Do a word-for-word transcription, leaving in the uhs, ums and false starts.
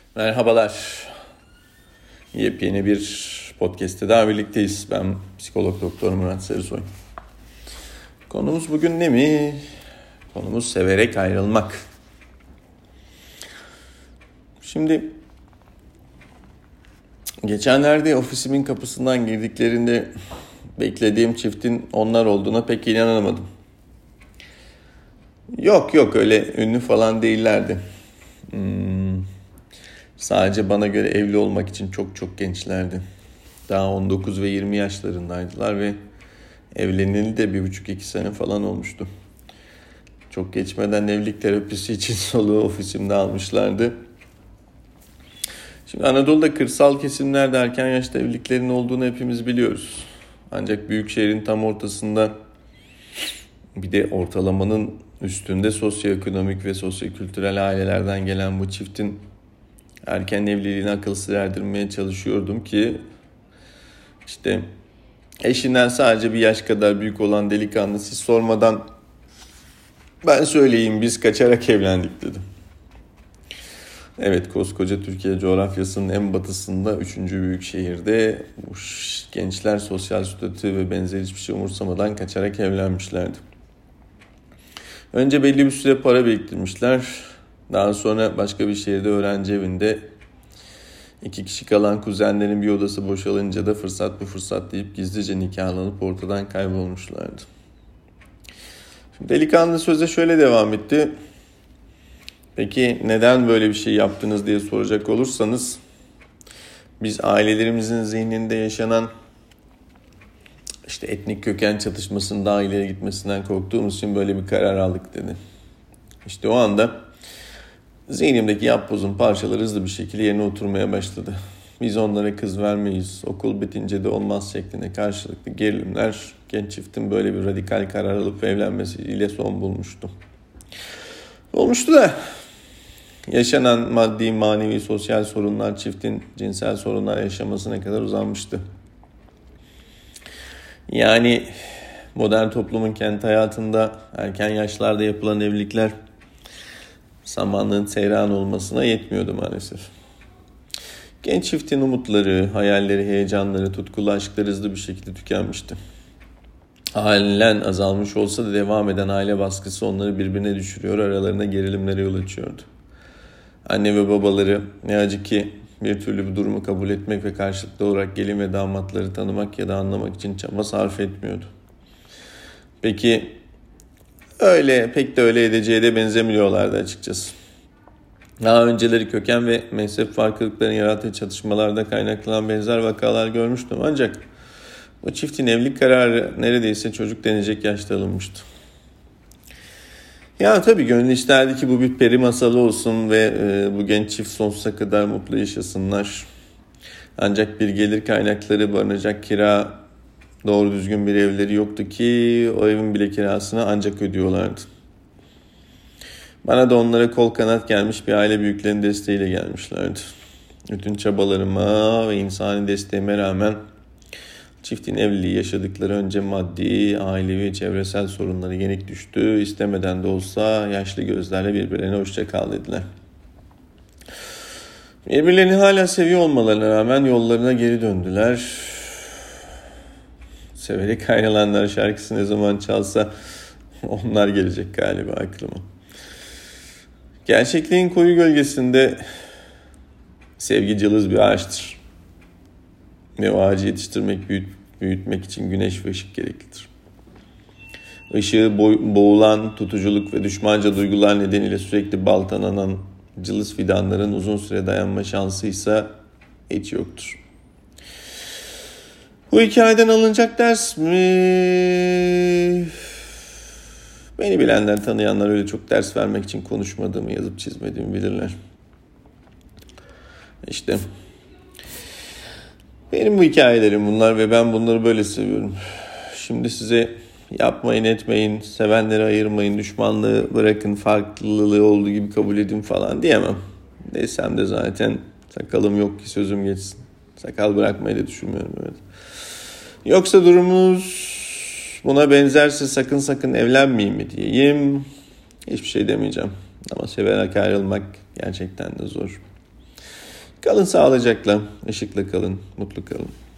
Merhabalar. Yepyeni bir podcast'te daha birlikteyiz. Ben psikolog doktor Murat Sarısoy. Konumuz bugün ne mi? Konumuz severek ayrılmak. Şimdi geçenlerde ofisimin kapısından girdiklerinde beklediğim çiftin onlar olduğuna pek inanamadım. Yok yok öyle ünlü falan değillerdi. Hmm, sadece bana göre evli olmak için çok çok gençlerdi. Daha on dokuz ve yirmi yaşlarındaydılar ve evlenildi de bir buçuk iki sene falan olmuştu. Çok geçmeden evlilik terapisi için soluğu ofisimde almışlardı. Şimdi Anadolu'da kırsal kesimlerde erken yaşta evliliklerin olduğunu hepimiz biliyoruz. Ancak büyük şehrin tam ortasında bir de ortalamanın üstünde sosyoekonomik ve sosyokültürel ailelerden gelen bu çiftin erken evliliğine akıl sır erdirmeye çalışıyordum ki işte eşinden sadece bir yaş kadar büyük olan delikanlı siz sormadan ben söyleyeyim biz kaçarak evlendik dedim. Evet, koskoca Türkiye coğrafyasının en batısında üçüncü büyük şehirde gençler sosyal statü ve benzeri hiçbir şey umursamadan kaçarak evlenmişlerdi. Önce belli bir süre para biriktirmişler. Daha sonra başka bir şehirde öğrenci evinde iki kişi kalan kuzenlerin bir odası boşalınca da fırsat bu fırsat deyip gizlice nikahlanıp ortadan kaybolmuşlardı. Şimdi delikanlı söze şöyle devam etti. Peki neden böyle bir şey yaptınız diye soracak olursanız biz ailelerimizin zihninde yaşanan işte etnik köken çatışmasının daha ileri gitmesinden korktuğumuz için böyle bir karar aldık dedi. İşte o anda zihnimdeki yapbozun parçaları hızlı bir şekilde yerine oturmaya başladı. Biz onlara kız vermeyiz, okul bitince de olmaz şeklinde karşılıklı gerilimler genç çiftin böyle bir radikal karar alıp evlenmesiyle son bulmuştu. Olmuştu da yaşanan maddi, manevi, sosyal sorunlar çiftin cinsel sorunlar yaşamasına kadar uzanmıştı. Yani modern toplumun kent hayatında erken yaşlarda yapılan evlilikler samanlığın seyran olmasına yetmiyordu maalesef. Genç çiftin umutları, hayalleri, heyecanları, tutkulu aşkları hızlı bir şekilde tükenmişti. Halen azalmış olsa da devam eden aile baskısı onları birbirine düşürüyor, aralarına gerilimlere yol açıyordu. Anne ve babaları ne acı ki bir türlü bu durumu kabul etmek ve karşılıklı olarak gelin ve damatları tanımak ya da anlamak için çaba sarf etmiyordu. Peki öyle pek de öyle edeceğe de benzemiyorlardı açıkçası. Daha önceleri köken ve mezhep farklılıklarının yarattığı çatışmalarda kaynaklanan benzer vakalar görmüştüm. Ancak bu çiftin evlilik kararı neredeyse çocuk denecek yaşta alınmıştı. Ya tabii gönül isterdi ki bu bir peri masalı olsun ve e, bu genç çift sonsuza kadar mutlu yaşasınlar. Ancak bir gelir kaynakları, barınacak kira, doğru düzgün bir evleri yoktu ki o evin bile kirasını ancak ödüyorlardı. Bana da onlara kol kanat gelmiş bir aile büyüklerinin desteğiyle gelmişlerdi. Bütün çabalarıma ve insani desteğime rağmen çiftin evliliği yaşadıkları önce maddi, ailevi ve çevresel sorunları yenik düştü. İstemeden de olsa yaşlı gözlerle birbirlerine hoşça kal dediler. Birbirlerini hala seviyor olmalarına rağmen yollarına geri döndüler. Severek ayrılanlar şarkısı ne zaman çalsa onlar gelecek galiba aklıma. Gerçekliğin koyu gölgesinde sevgi cılız bir ağaçtır. Ve o ağacı yetiştirmek, büyüt, büyütmek için güneş ve ışık gereklidir. Işığı bo- boğulan tutuculuk ve düşmanca duygular nedeniyle sürekli baltalanan cılız fidanların uzun süre dayanma şansı ise hiç yoktur. Bu hikayeden alınacak ders mi? Beni bilenler, tanıyanlar öyle çok ders vermek için konuşmadığımı, yazıp çizmediğimi bilirler. İşte benim bu hikayelerim bunlar ve ben bunları böyle seviyorum. Şimdi size yapmayın etmeyin, sevenleri ayırmayın, düşmanlığı bırakın, farklılığı olduğu gibi kabul edin falan diyemem. Desem de zaten sakalım yok ki sözüm geçsin. Sakal bırakmayı da düşünmüyorum. Evet. Yoksa durumumuz buna benzerse sakın sakın evlenmeyin mi diyeyim. Hiçbir şey demeyeceğim. Ama severek ayrılmak gerçekten de zor. Kalın sağlıcakla, ışıkla kalın, mutlu kalın.